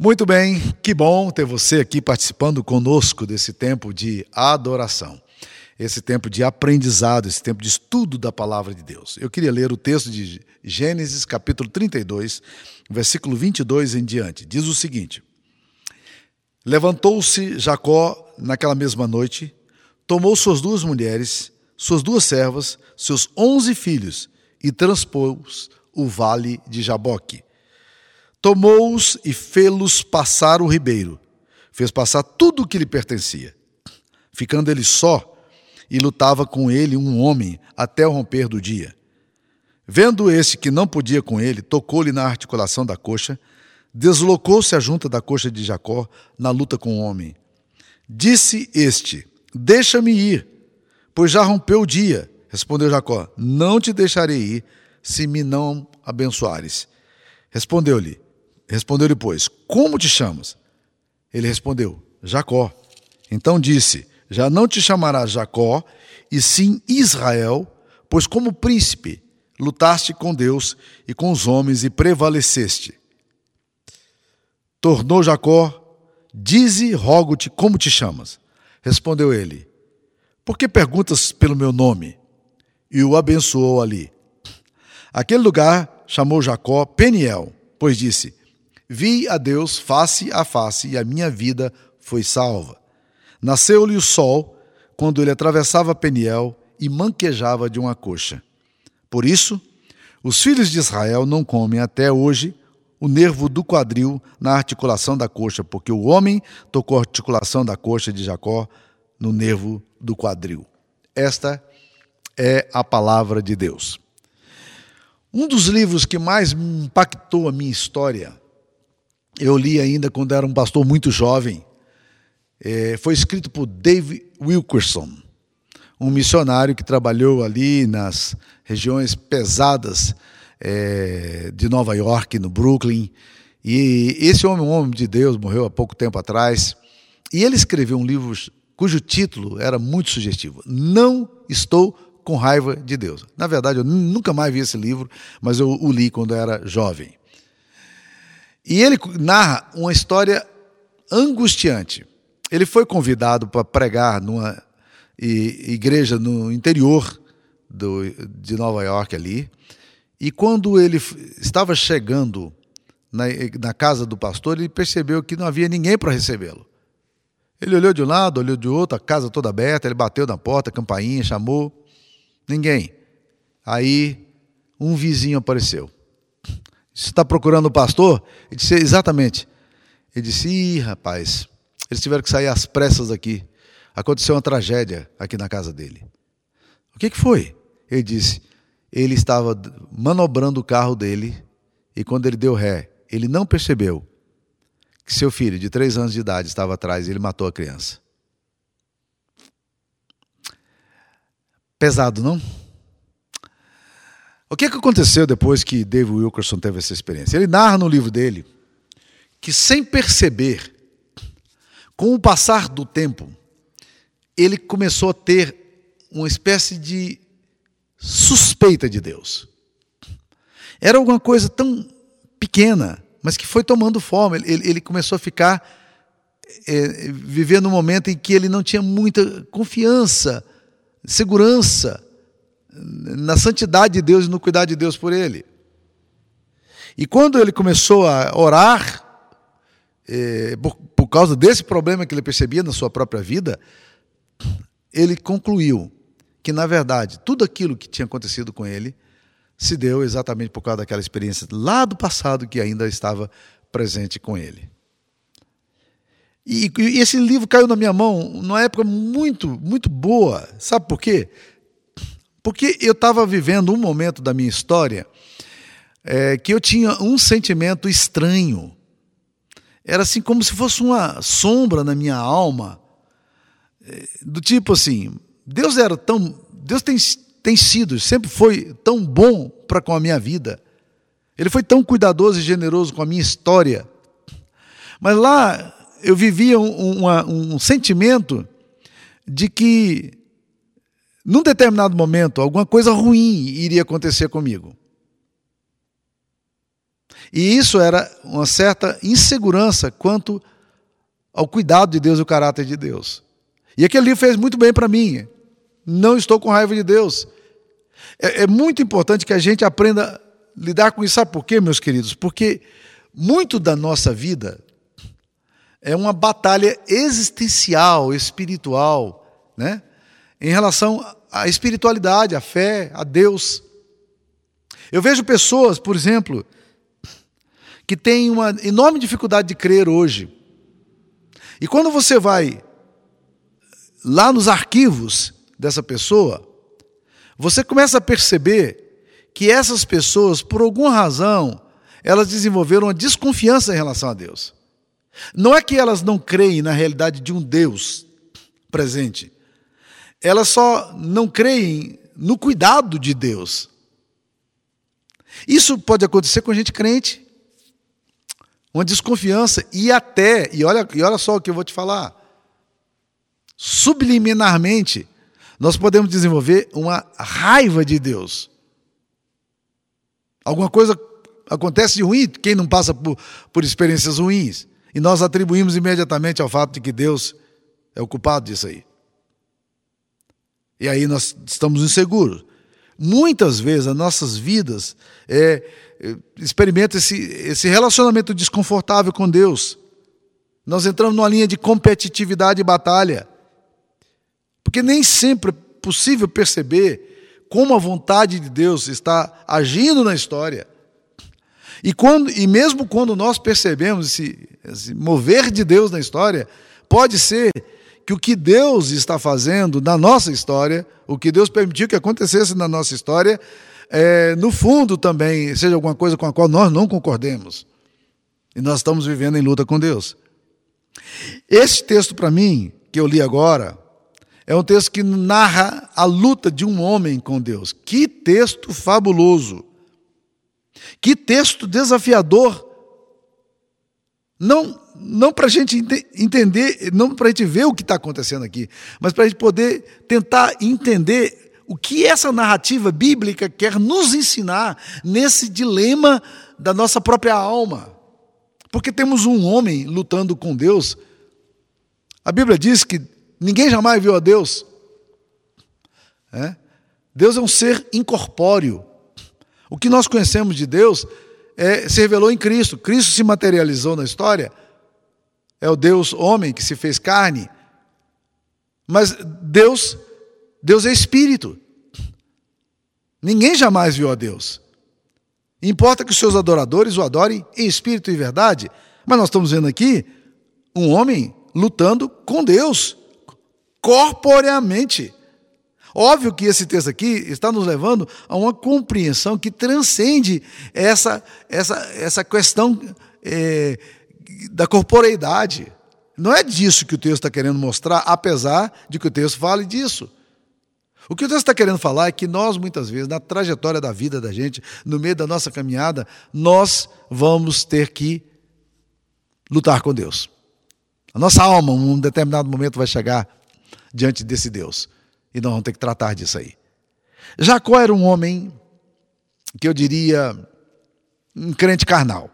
Muito bem, que bom ter você aqui participando conosco desse tempo de adoração, esse tempo de aprendizado, esse tempo de estudo da palavra de Deus. Eu queria ler o texto de Gênesis, capítulo 32, versículo 22 em diante. Diz o seguinte: Levantou-se Jacó naquela mesma noite, tomou suas 2 mulheres, suas 2 servas, seus 11 filhos e transpôs o vale de Jaboque. Tomou-os e fê-los passar o ribeiro. Fez passar tudo o que lhe pertencia. Ficando ele só, e lutava com ele um homem até o romper do dia. Vendo esse que não podia com ele, tocou-lhe na articulação da coxa, deslocou-se a junta da coxa de Jacó na luta com o homem. Disse este: Deixa-me ir, pois já rompeu o dia. Respondeu Jacó: Não te deixarei ir, se me não abençoares. Respondeu-lhe, pois: Como te chamas? Ele respondeu: Jacó. Então disse: Já não te chamarás Jacó, e sim Israel, pois como príncipe lutaste com Deus e com os homens e prevaleceste. Tornou Jacó: Dize, rogo-te, como te chamas? Respondeu ele: Por que perguntas pelo meu nome? E o abençoou ali. Aquele lugar chamou Jacó Peniel, pois disse: Vi a Deus face a face e a minha vida foi salva. Nasceu-lhe o sol quando ele atravessava Peniel e manquejava de uma coxa. Por isso, os filhos de Israel não comem até hoje o nervo do quadril na articulação da coxa, porque o homem tocou a articulação da coxa de Jacó no nervo do quadril. Esta é a palavra de Deus. Um dos livros que mais me impactou a minha história, eu li ainda quando era um pastor muito jovem, foi escrito por Dave Wilkerson, um missionário que trabalhou ali nas regiões pesadas de Nova York, no Brooklyn. E esse homem, um homem de Deus, morreu há pouco tempo atrás. E ele escreveu um livro cujo título era muito sugestivo: Não Estou com Raiva de Deus. Na verdade, eu nunca mais vi esse livro, mas eu o li quando era jovem. E ele narra uma história angustiante. Ele foi convidado para pregar numa igreja no interior de Nova York ali, e quando ele estava chegando na casa do pastor, ele percebeu que não havia ninguém para recebê-lo. Ele olhou de um lado, olhou de outro, a casa toda aberta, ele bateu na porta, campainha, chamou, ninguém. Aí um vizinho apareceu. Você está procurando o pastor? Ele disse: Exatamente. Ele disse: Ih, rapaz, eles tiveram que sair às pressas aqui. Aconteceu uma tragédia aqui na casa dele. O que foi? Ele disse: Ele estava manobrando o carro dele e quando ele deu ré, ele não percebeu que seu filho de 3 anos de idade estava atrás e ele matou a criança. Pesado, não? O que aconteceu depois que Dave Wilkerson teve essa experiência? Ele narra no livro dele que, sem perceber, com o passar do tempo, ele começou a ter uma espécie de suspeita de Deus. Era alguma coisa tão pequena, mas que foi tomando forma. Ele começou a ficar, vivendo um momento em que ele não tinha muita confiança, segurança na santidade de Deus e no cuidado de Deus por ele. E quando ele começou a orar, por causa desse problema que ele percebia na sua própria vida, ele concluiu que, na verdade, tudo aquilo que tinha acontecido com ele se deu exatamente por causa daquela experiência lá do passado que ainda estava presente com ele. E esse livro caiu na minha mão numa época muito, muito boa. Sabe por quê? Porque eu estava vivendo um momento da minha história que eu tinha um sentimento estranho. Era assim como se fosse uma sombra na minha alma, do tipo assim: Deus tem sido, sempre foi tão bom para com a minha vida. Ele foi tão cuidadoso e generoso com a minha história. Mas lá eu vivia um sentimento de que, num determinado momento, alguma coisa ruim iria acontecer comigo. E isso era uma certa insegurança quanto ao cuidado de Deus e o caráter de Deus. E aquele livro fez muito bem para mim. Não estou com raiva de Deus. É muito importante que a gente aprenda a lidar com isso. Sabe por quê, meus queridos? Porque muito da nossa vida é uma batalha existencial, espiritual, né? Em relação à espiritualidade, à fé, a Deus. Eu vejo pessoas, por exemplo, que têm uma enorme dificuldade de crer hoje. E quando você vai lá nos arquivos dessa pessoa, você começa a perceber que essas pessoas, por alguma razão, elas desenvolveram uma desconfiança em relação a Deus. Não é que elas não creem na realidade de um Deus presente. Elas só não creem no cuidado de Deus. Isso pode acontecer com gente crente. Uma desconfiança e olha só o que eu vou te falar. Subliminarmente, nós podemos desenvolver uma raiva de Deus. Alguma coisa acontece de ruim, quem não passa por experiências ruins, e nós atribuímos imediatamente ao fato de que Deus é o culpado disso aí. E aí nós estamos inseguros. Muitas vezes as nossas vidas experimentam esse relacionamento desconfortável com Deus. Nós entramos numa linha de competitividade e batalha. Porque nem sempre é possível perceber como a vontade de Deus está agindo na história. E mesmo quando nós percebemos esse mover de Deus na história, pode ser que o que Deus está fazendo na nossa história, o que Deus permitiu que acontecesse na nossa história, no fundo também seja alguma coisa com a qual nós não concordemos. E nós estamos vivendo em luta com Deus. Esse texto, para mim, que eu li agora, é um texto que narra a luta de um homem com Deus. Que texto fabuloso! Que texto desafiador! Não para a gente entender, não para a gente ver o que está acontecendo aqui, mas para a gente poder tentar entender o que essa narrativa bíblica quer nos ensinar nesse dilema da nossa própria alma. Porque temos um homem lutando com Deus. A Bíblia diz que ninguém jamais viu a Deus. Deus é um ser incorpóreo. O que nós conhecemos de Deus se revelou em Cristo. Cristo se materializou na história. É o Deus homem que se fez carne. Mas Deus é espírito. Ninguém jamais viu a Deus. Importa que os seus adoradores o adorem em espírito e verdade. Mas nós estamos vendo aqui um homem lutando com Deus, corporeamente. Óbvio que esse texto aqui está nos levando a uma compreensão que transcende essa questão da corporeidade. Não é disso que o texto está querendo mostrar, apesar de que o texto fale disso. O que o texto está querendo falar é que nós, muitas vezes, na trajetória da vida da gente, no meio da nossa caminhada, nós vamos ter que lutar com Deus. A nossa alma, em um determinado momento, vai chegar diante desse Deus. E nós vamos ter que tratar disso aí. Jacó era um homem que eu diria um crente carnal.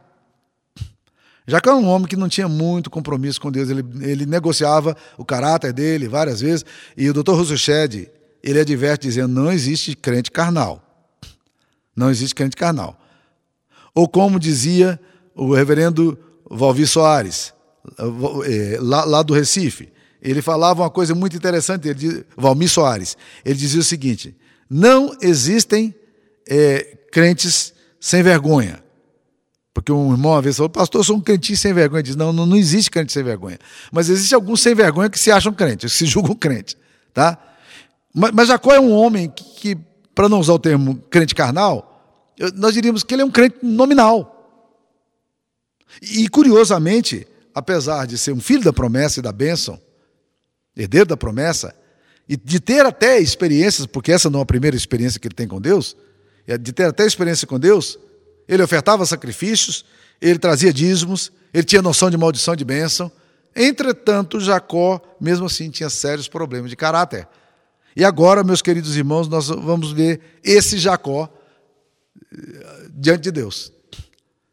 Jacó era um homem que não tinha muito compromisso com Deus. Ele negociava o caráter dele várias vezes. E o Dr. Russell Shedd, ele adverte dizendo, não existe crente carnal. Não existe crente carnal. Ou como dizia o reverendo Valvi Soares, lá do Recife, ele falava uma coisa muito interessante, Valmir Soares, ele dizia o seguinte, não existem crentes sem vergonha. Porque um irmão uma vez falou, pastor, eu sou um crentinho sem vergonha. Ele diz, não existe crente sem vergonha. Mas existe alguns sem vergonha que se acham crentes, que se julgam crentes. Tá? Mas Jacó é um homem que para não usar o termo crente carnal, nós diríamos que ele é um crente nominal. E curiosamente, apesar de ser um filho da promessa e da bênção, herdeiro da promessa, e de ter até experiências, porque essa não é a primeira experiência que ele tem com Deus, de ter até experiência com Deus, ele ofertava sacrifícios, ele trazia dízimos, ele tinha noção de maldição e de bênção. Entretanto, Jacó, mesmo assim, tinha sérios problemas de caráter. E agora, meus queridos irmãos, nós vamos ver esse Jacó diante de Deus.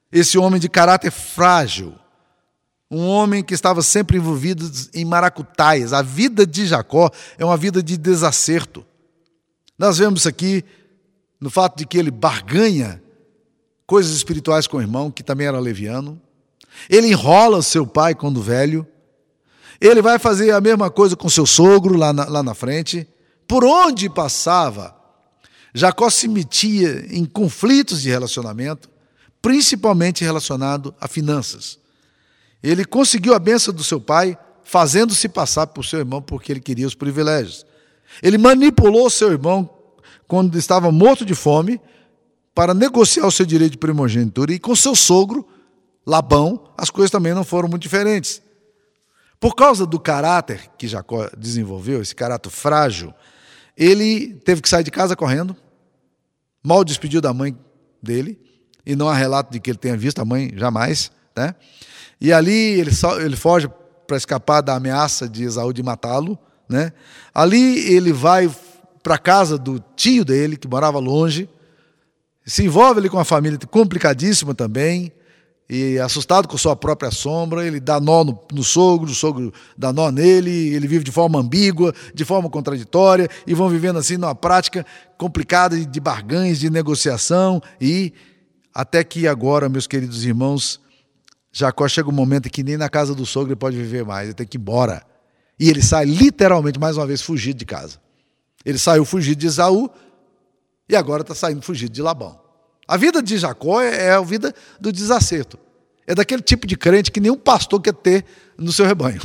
esse homem de caráter frágil, um homem que estava sempre envolvido em maracutaias. A vida de Jacó é uma vida de desacerto. Nós vemos isso aqui no fato de que ele barganha coisas espirituais com o irmão, que também era leviano. Ele enrola seu pai quando velho. Ele vai fazer a mesma coisa com seu sogro lá na frente. Por onde passava, Jacó se metia em conflitos de relacionamento, principalmente relacionado a finanças. Ele conseguiu a bênção do seu pai, fazendo-se passar por seu irmão porque ele queria os privilégios. Ele manipulou seu irmão quando estava morto de fome para negociar o seu direito de primogenitura, e com seu sogro, Labão, as coisas também não foram muito diferentes. Por causa do caráter que Jacó desenvolveu, esse caráter frágil, ele teve que sair de casa correndo, mal despediu da mãe dele, e não há relato de que ele tenha visto a mãe jamais, né? E ali ele foge para escapar da ameaça de Esaú de matá-lo, né? Ali ele vai para a casa do tio dele, que morava longe, se envolve ali com uma família complicadíssima também, e assustado com sua própria sombra, ele dá nó no sogro, o sogro dá nó nele, ele vive de forma ambígua, de forma contraditória, e vão vivendo assim numa prática complicada de barganhas, de negociação, e até que agora, meus queridos irmãos, Jacó chega um momento em que nem na casa do sogro ele pode viver mais, ele tem que ir embora. E ele sai literalmente, mais uma vez, fugido de casa. Ele saiu fugido de Esaú e agora está saindo fugido de Labão. A vida de Jacó é a vida do desacerto. É daquele tipo de crente que nenhum pastor quer ter no seu rebanho.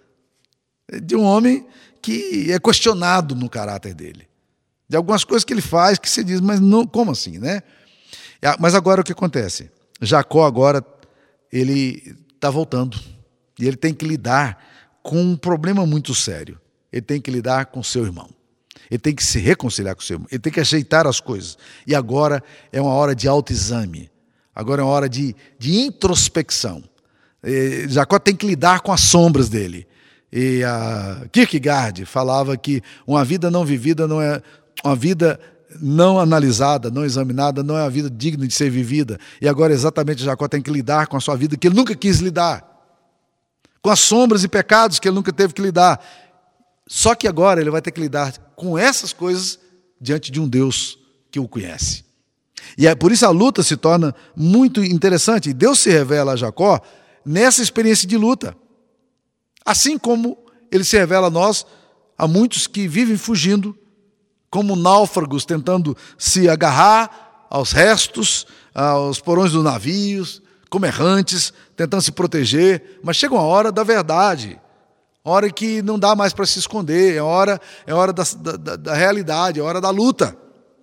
É de um homem que é questionado no caráter dele. De algumas coisas que ele faz que se diz, mas não, como assim, né? Mas agora o que acontece? Jacó agora, ele está voltando. E ele tem que lidar com um problema muito sério. Ele tem que lidar com seu irmão. Ele tem que se reconciliar com seu irmão. Ele tem que ajeitar as coisas. E agora é uma hora de autoexame. Agora é uma hora de introspecção. Jacó tem que lidar com as sombras dele. E a Kierkegaard falava que uma vida não vivida não é uma vida não analisada, não examinada, não é uma vida digna de ser vivida. E agora exatamente Jacó tem que lidar com a sua vida que ele nunca quis lidar. Com as sombras e pecados que ele nunca teve que lidar. Só que agora ele vai ter que lidar com essas coisas diante de um Deus que o conhece. E por isso a luta se torna muito interessante. E Deus se revela a Jacó nessa experiência de luta. Assim como ele se revela a nós, a muitos que vivem fugindo, como náufragos, tentando se agarrar aos restos, aos porões dos navios, como errantes, tentando se proteger. Mas chega uma hora da verdade. Hora que não dá mais para se esconder, é hora da realidade, é hora da luta.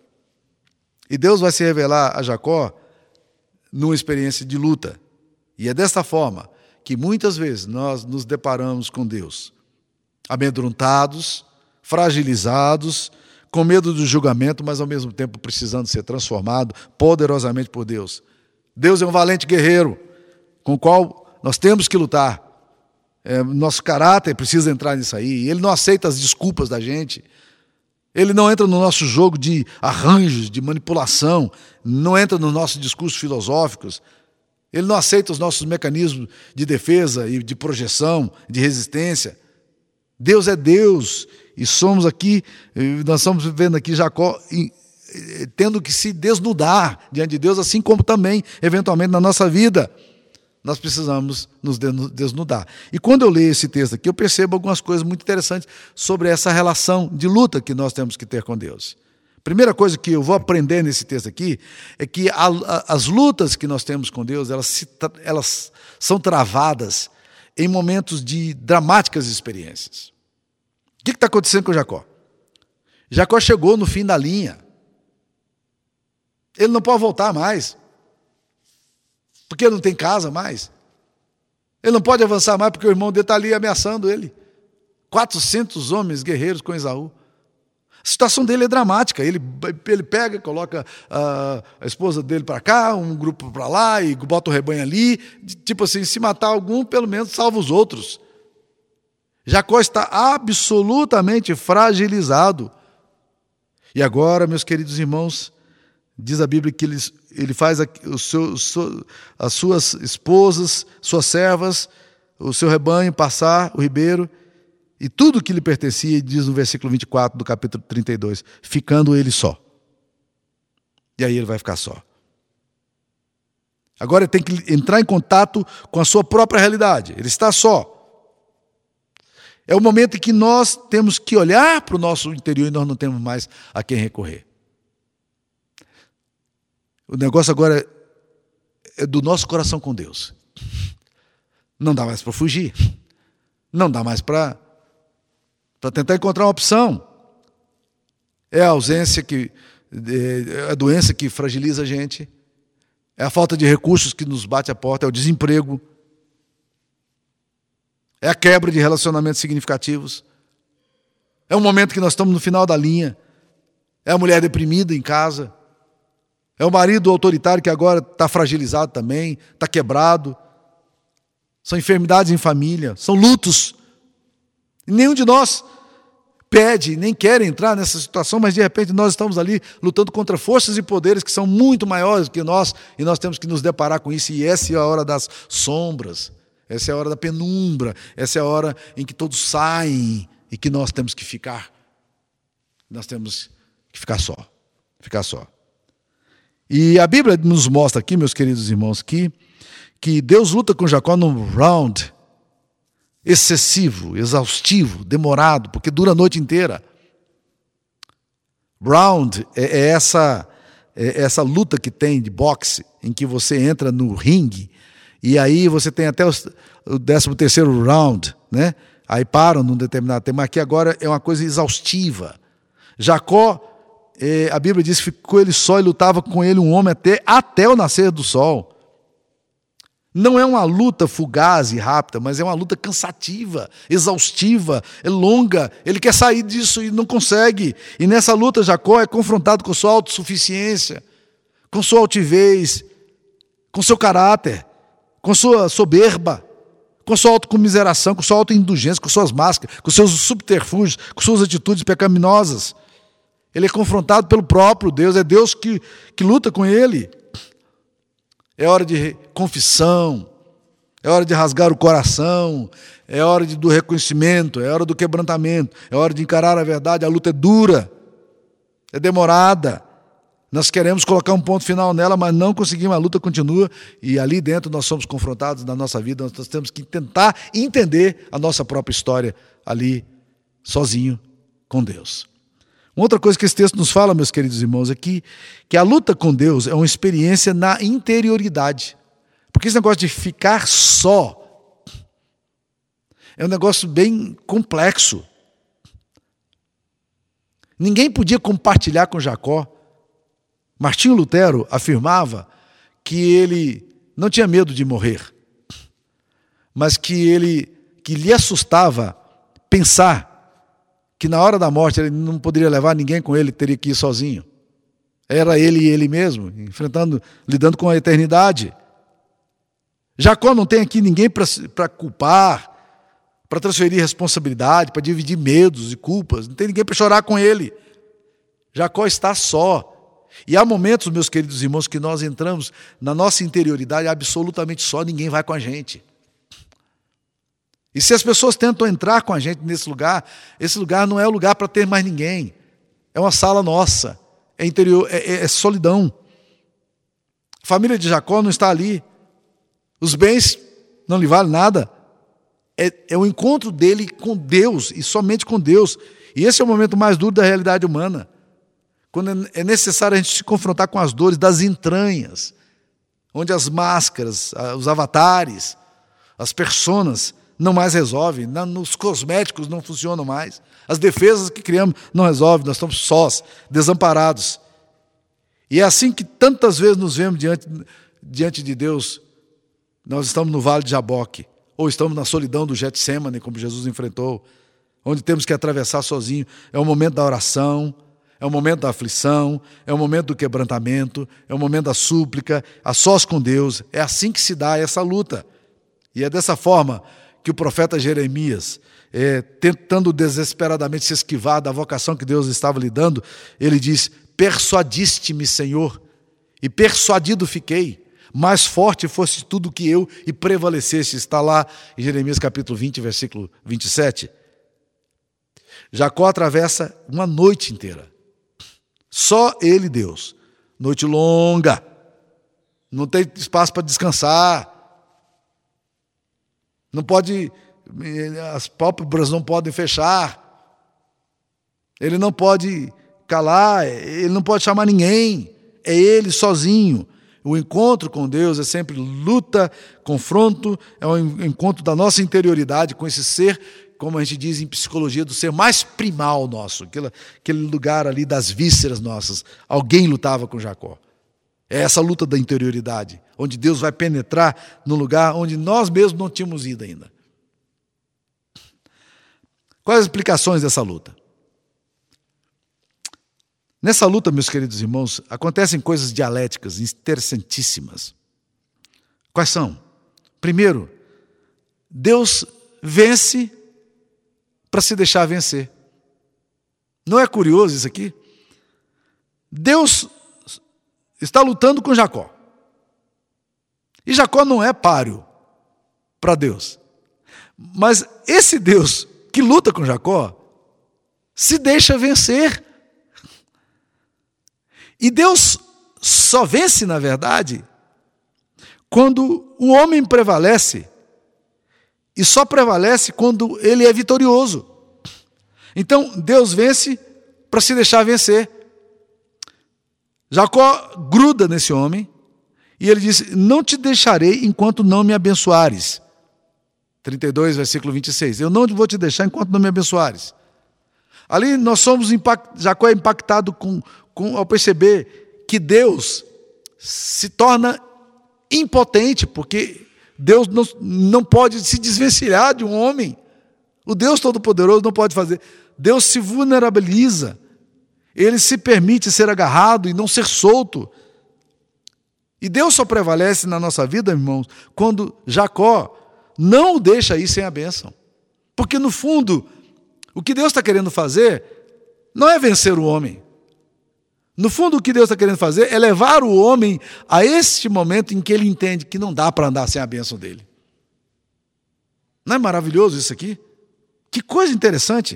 E Deus vai se revelar a Jacó numa experiência de luta. E é desta forma que muitas vezes nós nos deparamos com Deus, amedrontados, fragilizados, com medo do julgamento, mas ao mesmo tempo precisando ser transformado poderosamente por Deus. Deus é um valente guerreiro com o qual nós temos que lutar. Nosso caráter precisa entrar nisso aí. Ele não aceita as desculpas da gente. Ele não entra no nosso jogo de arranjos, de manipulação. Não entra nos nossos discursos filosóficos. Ele não aceita os nossos mecanismos de defesa e de projeção, de resistência. Deus é Deus. E somos aqui, nós estamos vendo aqui Jacó tendo que se desnudar diante de Deus, assim como também, eventualmente, na nossa vida. Nós precisamos nos desnudar. E quando eu leio esse texto aqui, eu percebo algumas coisas muito interessantes sobre essa relação de luta que nós temos que ter com Deus. Primeira coisa que eu vou aprender nesse texto aqui é que as lutas que nós temos com Deus, elas são travadas em momentos de dramáticas experiências. O que está acontecendo com Jacó? Jacó chegou no fim da linha. Ele não pode voltar mais. Porque ele não tem casa mais. Ele não pode avançar mais porque o irmão dele está ali ameaçando ele. 400 homens guerreiros com Esaú. A situação dele é dramática. Ele pega, coloca a esposa dele para cá, um grupo para lá, e bota o rebanho ali. Tipo assim, se matar algum, pelo menos salva os outros. Jacó está absolutamente fragilizado. E agora, meus queridos irmãos, diz a Bíblia que ele faz as suas esposas, suas servas, o seu rebanho passar o ribeiro, e tudo que lhe pertencia, diz no versículo 24 do capítulo 32, ficando ele só. E aí ele vai ficar só. Agora ele tem que entrar em contato com a sua própria realidade. Ele está só. É o momento em que nós temos que olhar para o nosso interior e nós não temos mais a quem recorrer. O negócio agora é do nosso coração com Deus. Não dá mais para fugir. Não dá mais para tentar encontrar uma opção. É a ausência é a doença que fragiliza a gente. É a falta de recursos que nos bate a porta. É o desemprego. É a quebra de relacionamentos significativos. É um momento que nós estamos no final da linha. É a mulher deprimida em casa. É o marido autoritário que agora está fragilizado também, está quebrado. São enfermidades em família, são lutos. E nenhum de nós pede, nem quer entrar nessa situação, mas de repente nós estamos ali lutando contra forças e poderes que são muito maiores que nós, e nós temos que nos deparar com isso. E essa é a hora das sombras, essa é a hora da penumbra, essa é a hora em que todos saem e que nós temos que ficar. Nós temos que ficar só. E a Bíblia nos mostra aqui, meus queridos irmãos, que Deus luta com Jacó num round excessivo, exaustivo, demorado, porque dura a noite inteira. Round é essa luta que tem de boxe, em que você entra no ringue, e aí você tem até o 13º round, né? Aí param num determinado tempo. Aqui agora é uma coisa exaustiva. Jacó, a Bíblia diz que ficou ele só e lutava com ele um homem até o nascer do sol. Não é uma luta fugaz e rápida, mas é uma luta cansativa, exaustiva, é longa. Ele quer sair disso e não consegue. E nessa luta Jacó é confrontado com sua autossuficiência, com sua altivez, com seu caráter, com sua soberba, com sua autocomiseração, com sua autoindulgência, com suas máscaras, com seus subterfúgios, com suas atitudes pecaminosas. Ele é confrontado pelo próprio Deus, é Deus que luta com ele. É hora de confissão, é hora de rasgar o coração, é hora do reconhecimento, é hora do quebrantamento, é hora de encarar a verdade. A luta é dura, é demorada. Nós queremos colocar um ponto final nela, mas não conseguimos, a luta continua, e ali dentro nós somos confrontados na nossa vida, nós temos que tentar entender a nossa própria história ali, sozinho com Deus. Uma outra coisa que esse texto nos fala, meus queridos irmãos, é que a luta com Deus é uma experiência na interioridade. Porque esse negócio de ficar só é um negócio bem complexo. Ninguém podia compartilhar com Jacó. Martinho Lutero afirmava que ele não tinha medo de morrer, mas que lhe assustava pensar que na hora da morte ele não poderia levar ninguém com ele, teria que ir sozinho. Era ele e ele mesmo, lidando com a eternidade. Jacó não tem aqui ninguém para culpar, para transferir responsabilidade, para dividir medos e culpas. Não tem ninguém para chorar com ele. Jacó está só. E há momentos, meus queridos irmãos, que nós entramos na nossa interioridade absolutamente só, ninguém vai com a gente. E se as pessoas tentam entrar com a gente nesse lugar, esse lugar não é o lugar para ter mais ninguém. É uma sala nossa, é interior, é solidão. A família de Jacó não está ali. Os bens não lhe valem nada. É o encontro dele com Deus e somente com Deus. E esse é o momento mais duro da realidade humana. Quando é necessário a gente se confrontar com as dores das entranhas, onde as máscaras, os avatares, as personas não mais resolvem, nos cosméticos não funcionam mais, as defesas que criamos não resolvem, nós estamos sós, desamparados. E é assim que tantas vezes nos vemos diante de Deus. Nós estamos no vale de Jaboque, ou estamos na solidão do Getsêmani, como Jesus enfrentou, onde temos que atravessar sozinho. É o momento da oração, é o momento da aflição, é o momento do quebrantamento, é o momento da súplica, a sós com Deus. É assim que se dá essa luta. E é dessa forma que o profeta Jeremias, tentando desesperadamente se esquivar da vocação que Deus estava lhe dando, ele diz: persuadiste-me, Senhor, e persuadido fiquei, mais forte fosse tudo que eu e prevalecesse. Está lá em Jeremias capítulo 20, versículo 27. Jacó atravessa uma noite inteira. Só ele e Deus. Noite longa. Não tem espaço para descansar. Não pode, as pálpebras não podem fechar. Ele não pode calar, ele não pode chamar ninguém. É ele sozinho. O encontro com Deus é sempre luta, confronto, é um encontro da nossa interioridade com esse ser, como a gente diz em psicologia, do ser mais primal nosso, aquele lugar ali das vísceras nossas. Alguém lutava com Jacó. É essa luta da interioridade, onde Deus vai penetrar no lugar onde nós mesmos não tínhamos ido ainda. Quais as implicações dessa luta? Nessa luta, meus queridos irmãos, acontecem coisas dialéticas interessantíssimas. Quais são? Primeiro, Deus vence para se deixar vencer. Não é curioso isso aqui? Deus está lutando com Jacó. E Jacó não é páreo para Deus. Mas esse Deus que luta com Jacó se deixa vencer. E Deus só vence, na verdade, quando o homem prevalece. E só prevalece quando ele é vitorioso. Então, Deus vence para se deixar vencer. Jacó gruda nesse homem e ele diz: não te deixarei enquanto não me abençoares. 32, versículo 26. Eu não vou te deixar enquanto não me abençoares. Ali nós somos Jacó é impactado ao perceber que Deus se torna impotente, porque Deus não pode se desvencilhar de um homem. O Deus Todo-Poderoso não pode fazer. Deus se vulnerabiliza. Ele se permite ser agarrado e não ser solto. E Deus só prevalece na nossa vida, irmãos, quando Jacó não o deixa ir sem a bênção. Porque, no fundo, o que Deus está querendo fazer não é vencer o homem. No fundo, o que Deus está querendo fazer é levar o homem a este momento em que ele entende que não dá para andar sem a bênção dele. Não é maravilhoso isso aqui? Que coisa interessante.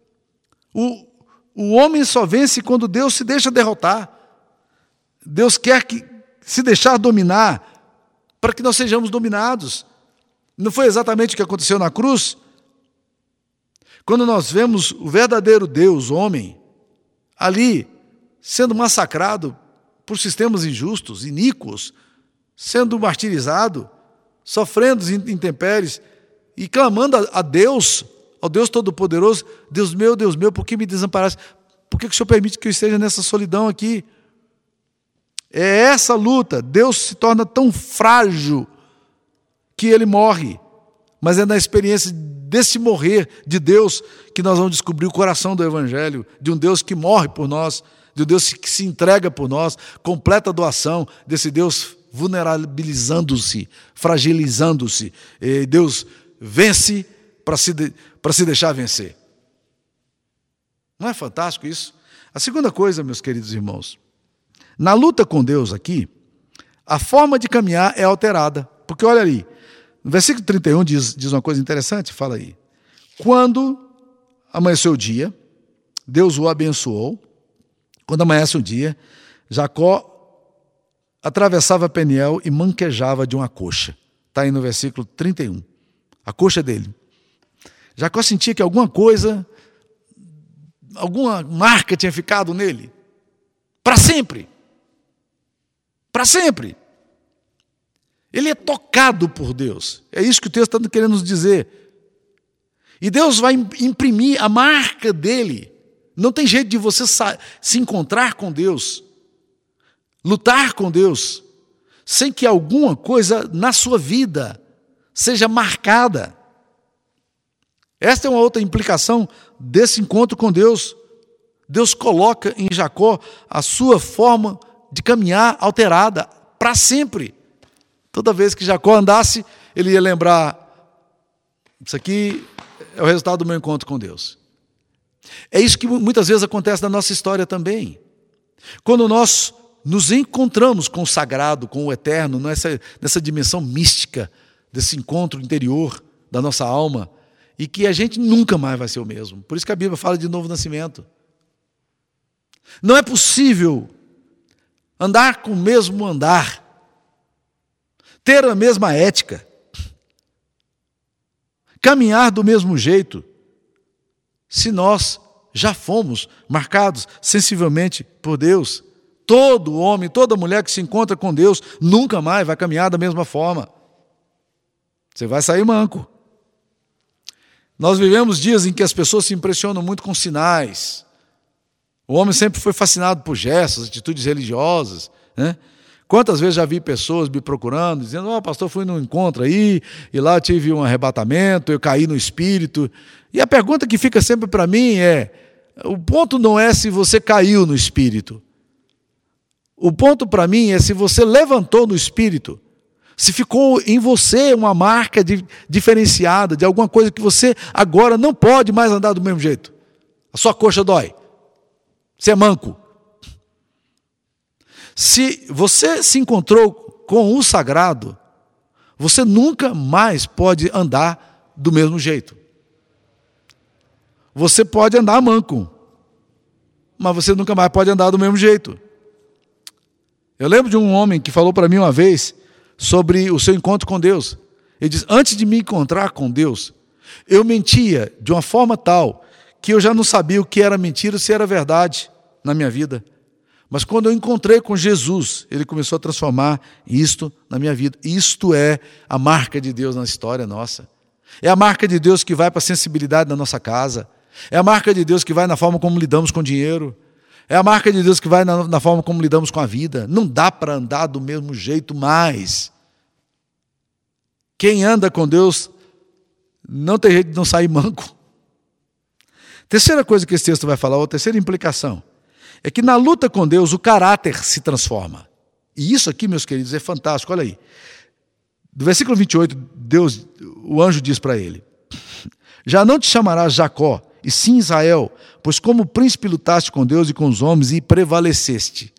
O homem só vence quando Deus se deixa derrotar. Deus quer se deixar dominar para que nós sejamos dominados. Não foi exatamente o que aconteceu na cruz? Quando nós vemos o verdadeiro Deus, homem, ali sendo massacrado por sistemas injustos, iníquos, sendo martirizado, sofrendo intempéries e clamando a Deus, ao Deus Todo-Poderoso: Deus meu, por que me desamparaste? Por que o Senhor permite que eu esteja nessa solidão aqui? É essa luta. Deus se torna tão frágil que ele morre. Mas é na experiência desse morrer de Deus que nós vamos descobrir o coração do Evangelho, de um Deus que morre por nós, de um Deus que se entrega por nós, completa doação, desse Deus vulnerabilizando-se, fragilizando-se. E Deus vence para se deixar vencer. Não é fantástico isso? A segunda coisa, meus queridos irmãos, na luta com Deus aqui, a forma de caminhar é alterada. Porque olha ali, no versículo 31 diz uma coisa interessante, fala aí. Quando amanheceu o dia, Deus o abençoou. Quando amanhece o dia, Jacó atravessava Peniel e manquejava de uma coxa. Está aí no versículo 31. A coxa dele. Jacó sentia que alguma marca tinha ficado nele. Para sempre. Para sempre. Ele é tocado por Deus. É isso que o texto está querendo nos dizer. E Deus vai imprimir a marca dele. Não tem jeito de você se encontrar com Deus, lutar com Deus, sem que alguma coisa na sua vida seja marcada. Esta é uma outra implicação desse encontro com Deus. Deus coloca em Jacó a sua forma de caminhar alterada para sempre. Toda vez que Jacó andasse, ele ia lembrar: isso aqui é o resultado do meu encontro com Deus. É isso que muitas vezes acontece na nossa história também. Quando nós nos encontramos com o sagrado, com o eterno, nessa dimensão mística, desse encontro interior da nossa alma, e que a gente nunca mais vai ser o mesmo. Por isso que a Bíblia fala de novo nascimento. Não é possível andar com o mesmo andar, ter a mesma ética, caminhar do mesmo jeito, se nós já fomos marcados sensivelmente por Deus. Todo homem, toda mulher que se encontra com Deus nunca mais vai caminhar da mesma forma. Você vai sair manco. Nós vivemos dias em que as pessoas se impressionam muito com sinais. O homem sempre foi fascinado por gestos, atitudes religiosas, né? Quantas vezes já vi pessoas me procurando, dizendo: pastor, fui num encontro aí, e lá tive um arrebatamento, eu caí no espírito. E a pergunta que fica sempre para mim é: o ponto não é se você caiu no espírito. O ponto para mim é se você levantou no espírito, se ficou em você uma marca diferenciada de alguma coisa que você agora não pode mais andar do mesmo jeito. A sua coxa dói. Você é manco. Se você se encontrou com o sagrado, você nunca mais pode andar do mesmo jeito. Você pode andar manco, mas você nunca mais pode andar do mesmo jeito. Eu lembro de um homem que falou para mim uma vez sobre o seu encontro com Deus. Ele diz: antes de me encontrar com Deus, eu mentia de uma forma tal que eu já não sabia o que era mentira ou se era verdade na minha vida. Mas quando eu encontrei com Jesus, Ele começou a transformar isto na minha vida. Isto é a marca de Deus na história nossa. É a marca de Deus que vai para a sensibilidade da nossa casa. É a marca de Deus que vai na forma como lidamos com o dinheiro. É a marca de Deus que vai na forma como lidamos com a vida. Não dá para andar do mesmo jeito mais. Quem anda com Deus não tem jeito de não sair manco. Terceira coisa que esse texto vai falar, ou terceira implicação, é que na luta com Deus o caráter se transforma. E isso aqui, meus queridos, é fantástico. Olha aí. Do versículo 28, o anjo diz para ele: já não te chamarás Jacó, e sim Israel, pois como príncipe lutaste com Deus e com os homens e prevaleceste.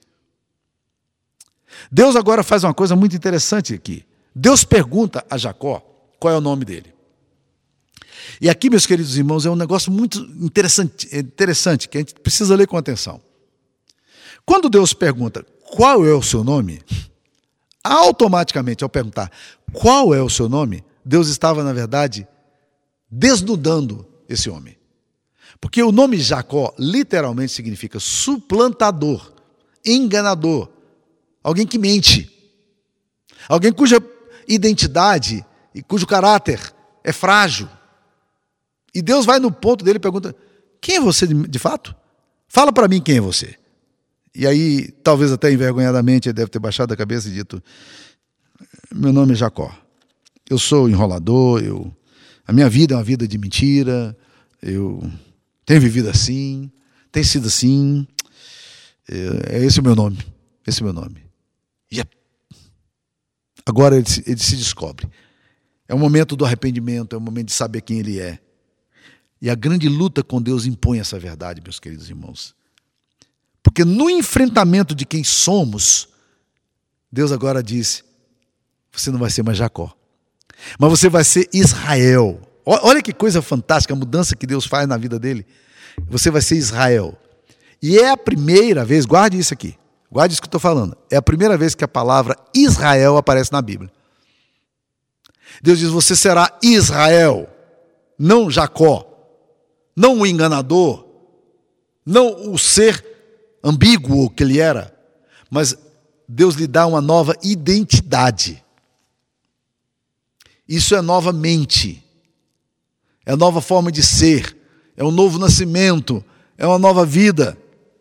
Deus agora faz uma coisa muito interessante aqui. Deus pergunta a Jacó qual é o nome dele. E aqui, meus queridos irmãos, é um negócio muito interessante que a gente precisa ler com atenção. Quando Deus pergunta qual é o seu nome, automaticamente, ao perguntar qual é o seu nome, Deus estava, na verdade, desnudando esse homem. Porque o nome Jacó literalmente significa suplantador, enganador, alguém que mente, alguém cuja identidade e cujo caráter é frágil. E Deus vai no ponto dele e pergunta: quem é você de fato? Fala para mim quem é você. E aí, talvez até envergonhadamente, ele deve ter baixado a cabeça e dito: meu nome é Jacó, eu sou enrolador, a minha vida é uma vida de mentira, eu tenho vivido assim, tem sido assim, esse é o meu nome, esse é o meu nome. E agora ele se descobre. É o momento do arrependimento, é o momento de saber quem ele é. E a grande luta com Deus impõe essa verdade, meus queridos irmãos. Porque no enfrentamento de quem somos, Deus agora diz: você não vai ser mais Jacó, mas você vai ser Israel. Olha que coisa fantástica, a mudança que Deus faz na vida dele. Você vai ser Israel. E é a primeira vez, guarde isso aqui, guarde isso que eu estou falando, é a primeira vez que a palavra Israel aparece na Bíblia. Deus diz: você será Israel, não Jacó, não o enganador, não o ser ambíguo que ele era, mas Deus lhe dá uma nova identidade. Isso é nova mente, é nova forma de ser, é um novo nascimento, é uma nova vida.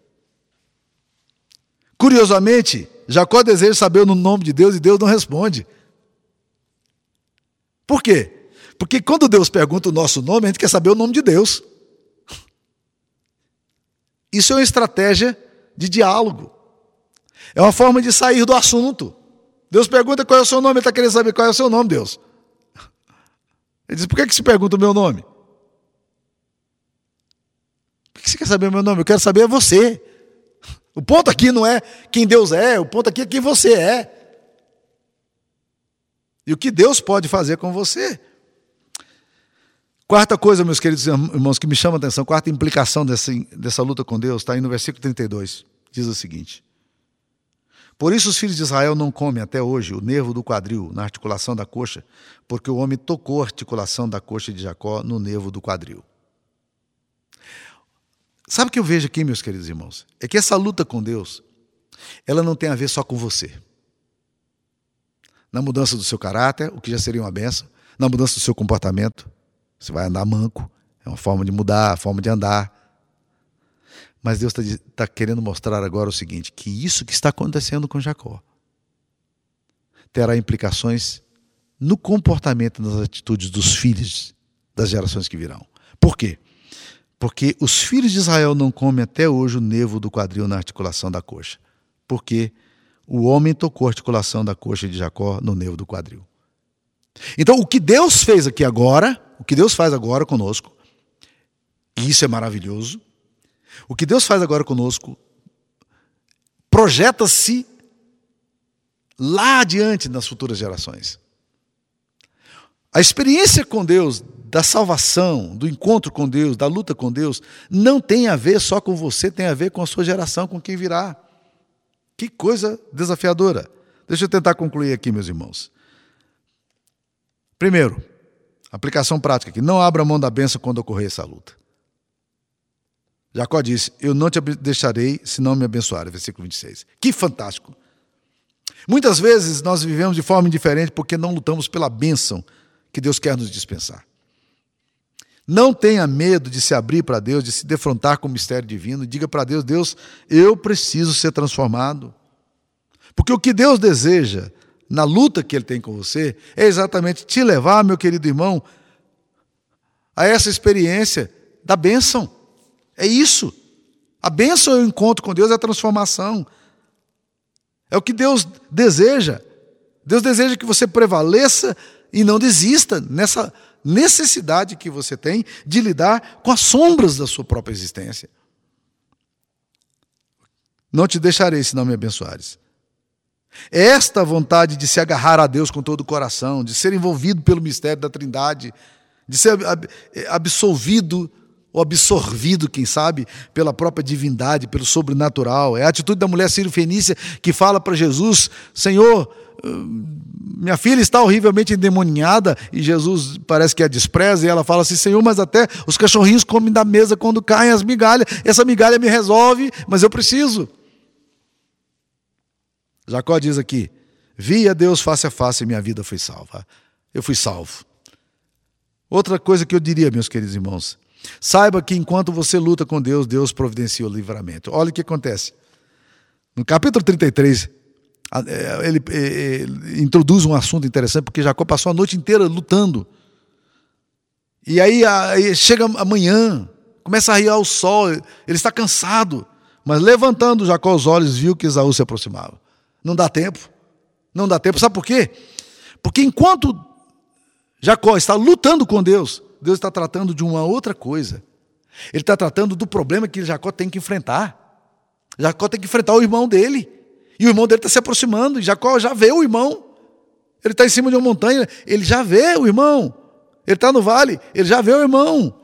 Curiosamente, Jacó deseja saber o nome de Deus e Deus não responde. Por quê? Porque quando Deus pergunta o nosso nome, a gente quer saber o nome de Deus. Isso é uma estratégia de diálogo. É uma forma de sair do assunto. Deus pergunta qual é o seu nome, ele está querendo saber qual é o seu nome, Deus. Ele diz: por que você pergunta o meu nome? Por que você quer saber o meu nome? Eu quero saber é você. O ponto aqui não é quem Deus é, o ponto aqui é quem você é. E o que Deus pode fazer com você. Quarta coisa, meus queridos irmãos, que me chama a atenção, quarta implicação dessa luta com Deus, está aí no versículo 32. Diz o seguinte: por isso os filhos de Israel não comem até hoje o nervo do quadril na articulação da coxa, porque o homem tocou a articulação da coxa de Jacó no nervo do quadril. Sabe o que eu vejo aqui, meus queridos irmãos? É que essa luta com Deus, ela não tem a ver só com você. Na mudança do seu caráter, o que já seria uma bênção, na mudança do seu comportamento, você vai andar manco, é uma forma de mudar, a forma de andar. Mas Deus está querendo mostrar agora o seguinte, que isso que está acontecendo com Jacó terá implicações no comportamento, nas atitudes dos filhos das gerações que virão. Por quê? Porque os filhos de Israel não comem até hoje o nervo do quadril na articulação da coxa. Porque o homem tocou a articulação da coxa de Jacó no nervo do quadril. Então, o que Deus fez aqui agora, o que Deus faz agora conosco, e isso é maravilhoso, o que Deus faz agora conosco projeta-se lá adiante nas futuras gerações. A experiência com Deus, da salvação, do encontro com Deus, da luta com Deus, não tem a ver só com você, tem a ver com a sua geração, com quem virá. Que coisa desafiadora. Deixa eu tentar concluir aqui, meus irmãos. Primeiro, aplicação prática aqui. Não abra mão da bênção quando ocorrer essa luta. Jacó disse, eu não te deixarei se não me abençoar. Versículo 26. Que fantástico. Muitas vezes nós vivemos de forma indiferente porque não lutamos pela bênção que Deus quer nos dispensar. Não tenha medo de se abrir para Deus, de se defrontar com o mistério divino. Diga para Deus, Deus, eu preciso ser transformado. Porque o que Deus deseja na luta que Ele tem com você é exatamente te levar, meu querido irmão, a essa experiência da bênção. É isso. A bênção é o encontro com Deus, é a transformação. É o que Deus deseja. Deus deseja que você prevaleça e não desista nessa necessidade que você tem de lidar com as sombras da sua própria existência. Não te deixarei se não me abençoares. Esta vontade de se agarrar a Deus com todo o coração, de ser envolvido pelo mistério da Trindade, de ser absolvido ou absorvido, quem sabe, pela própria divindade, pelo sobrenatural. É a atitude da mulher sírio-fenícia que fala para Jesus, Senhor, minha filha está horrivelmente endemoniada, e Jesus parece que a despreza, e ela fala assim, Senhor, mas até os cachorrinhos comem da mesa quando caem as migalhas, essa migalha me resolve, mas eu preciso. Jacó diz aqui, vi a Deus face a face e minha vida foi salva. Eu fui salvo. Outra coisa que eu diria, meus queridos irmãos, saiba que enquanto você luta com Deus, Deus providencia o livramento. Olha o que acontece. No capítulo 33, ele introduz um assunto interessante, porque Jacó passou a noite inteira lutando. E aí chega amanhã, começa a raiar o sol, ele está cansado, mas levantando Jacó os olhos, viu que Esaú se aproximava. Não dá tempo, não dá tempo. Sabe por quê? Porque enquanto Jacó está lutando com Deus, Deus está tratando de uma outra coisa. Ele está tratando do problema que Jacó tem que enfrentar. Jacó tem que enfrentar o irmão dele. E o irmão dele está se aproximando. E Jacó já vê o irmão. Ele está em cima de uma montanha, ele já vê o irmão. Ele está no vale, ele já vê o irmão.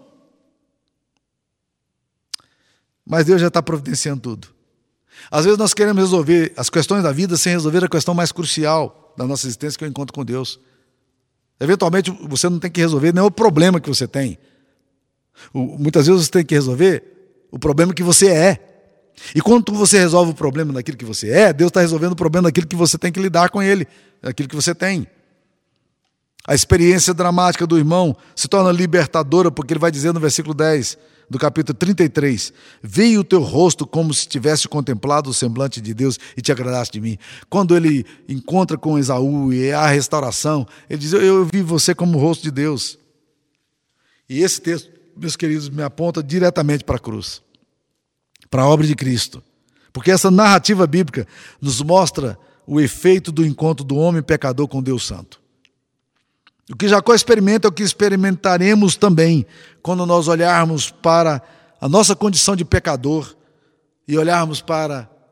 Mas Deus já está providenciando tudo. Às vezes nós queremos resolver as questões da vida sem resolver a questão mais crucial da nossa existência, que é o encontro com Deus. Eventualmente você não tem que resolver nem o problema que você tem. Muitas vezes você tem que resolver o problema que você é. E quando você resolve o problema daquilo que você é, Deus está resolvendo o problema daquilo que você tem que lidar com ele, daquilo que você tem. A experiência dramática do irmão se torna libertadora, porque ele vai dizer no versículo 10 do capítulo 33, vi o teu rosto como se tivesse contemplado o semblante de Deus e te agradaste de mim. Quando ele encontra com Esaú e há a restauração, ele diz, eu vi você como o rosto de Deus. E esse texto, meus queridos, me aponta diretamente para a cruz, para a obra de Cristo. Porque essa narrativa bíblica nos mostra o efeito do encontro do homem pecador com Deus Santo. O que Jacó experimenta é o que experimentaremos também quando nós olharmos para a nossa condição de pecador e olharmos para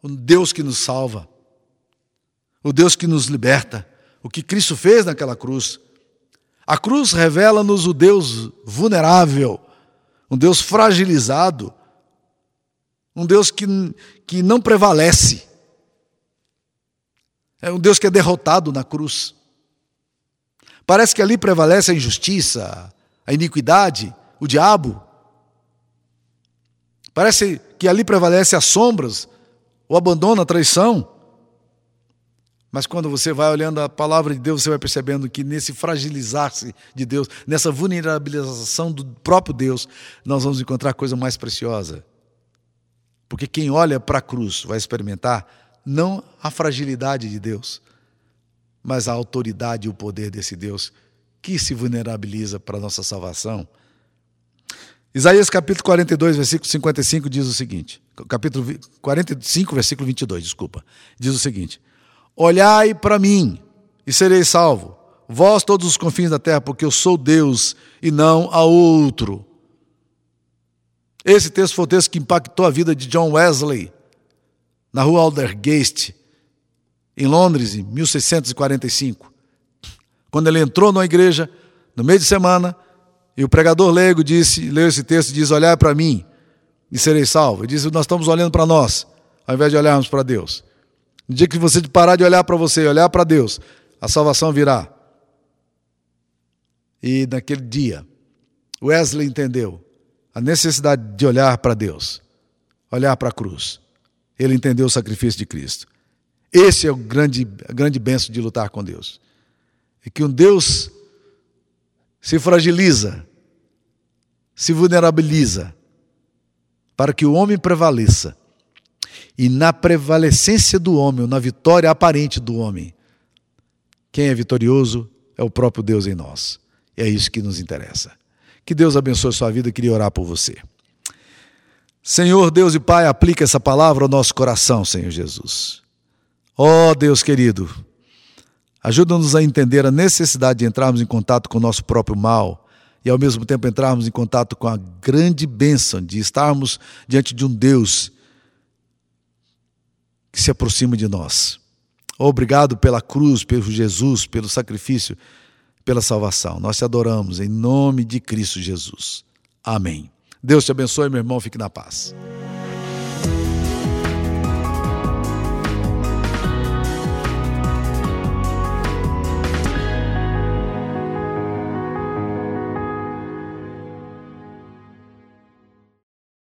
o Deus que nos salva, o Deus que nos liberta, o que Cristo fez naquela cruz. A cruz revela-nos o Deus vulnerável, um Deus fragilizado, um Deus que não prevalece. É um Deus que é derrotado na cruz. Parece que ali prevalece a injustiça, a iniquidade, o diabo. Parece que ali prevalece as sombras, o abandono, a traição. Mas quando você vai olhando a palavra de Deus, você vai percebendo que nesse fragilizar-se de Deus, nessa vulnerabilização do próprio Deus, nós vamos encontrar a coisa mais preciosa. Porque quem olha para a cruz vai experimentar não a fragilidade de Deus, mas a autoridade e o poder desse Deus que se vulnerabiliza para a nossa salvação. Isaías capítulo 42, versículo 55 diz o seguinte, capítulo 45, versículo 22, diz o seguinte: olhai para mim e sereis salvo, vós todos os confins da terra, porque eu sou Deus e não há outro. Esse texto foi o texto que impactou a vida de John Wesley, na rua Aldersgate, em Londres, em 1645. Quando ele entrou na igreja, no meio de semana, e o pregador leigo leu esse texto e diz: olhai para mim e sereis salvo. Ele diz: nós estamos olhando para nós, ao invés de olharmos para Deus. No dia que você parar de olhar para você e olhar para Deus, a salvação virá. E naquele dia, Wesley entendeu a necessidade de olhar para Deus, olhar para a cruz. Ele entendeu o sacrifício de Cristo. Esse é a grande bênção de lutar com Deus. É que um Deus se fragiliza, se vulnerabiliza, para que o homem prevaleça. E na prevalecência do homem, ou na vitória aparente do homem, quem é vitorioso é o próprio Deus em nós. E é isso que nos interessa. Que Deus abençoe a sua vida. Eu queria orar por você. Senhor Deus e Pai, aplica essa palavra ao nosso coração, Senhor Jesus. Ó Deus querido, ajuda-nos a entender a necessidade de entrarmos em contato com o nosso próprio mal e ao mesmo tempo entrarmos em contato com a grande bênção de estarmos diante de um Deus que se aproxima de nós. Obrigado pela cruz, pelo Jesus, pelo sacrifício, pela salvação. Nós te adoramos em nome de Cristo Jesus. Amém. Deus te abençoe, meu irmão. Fique na paz.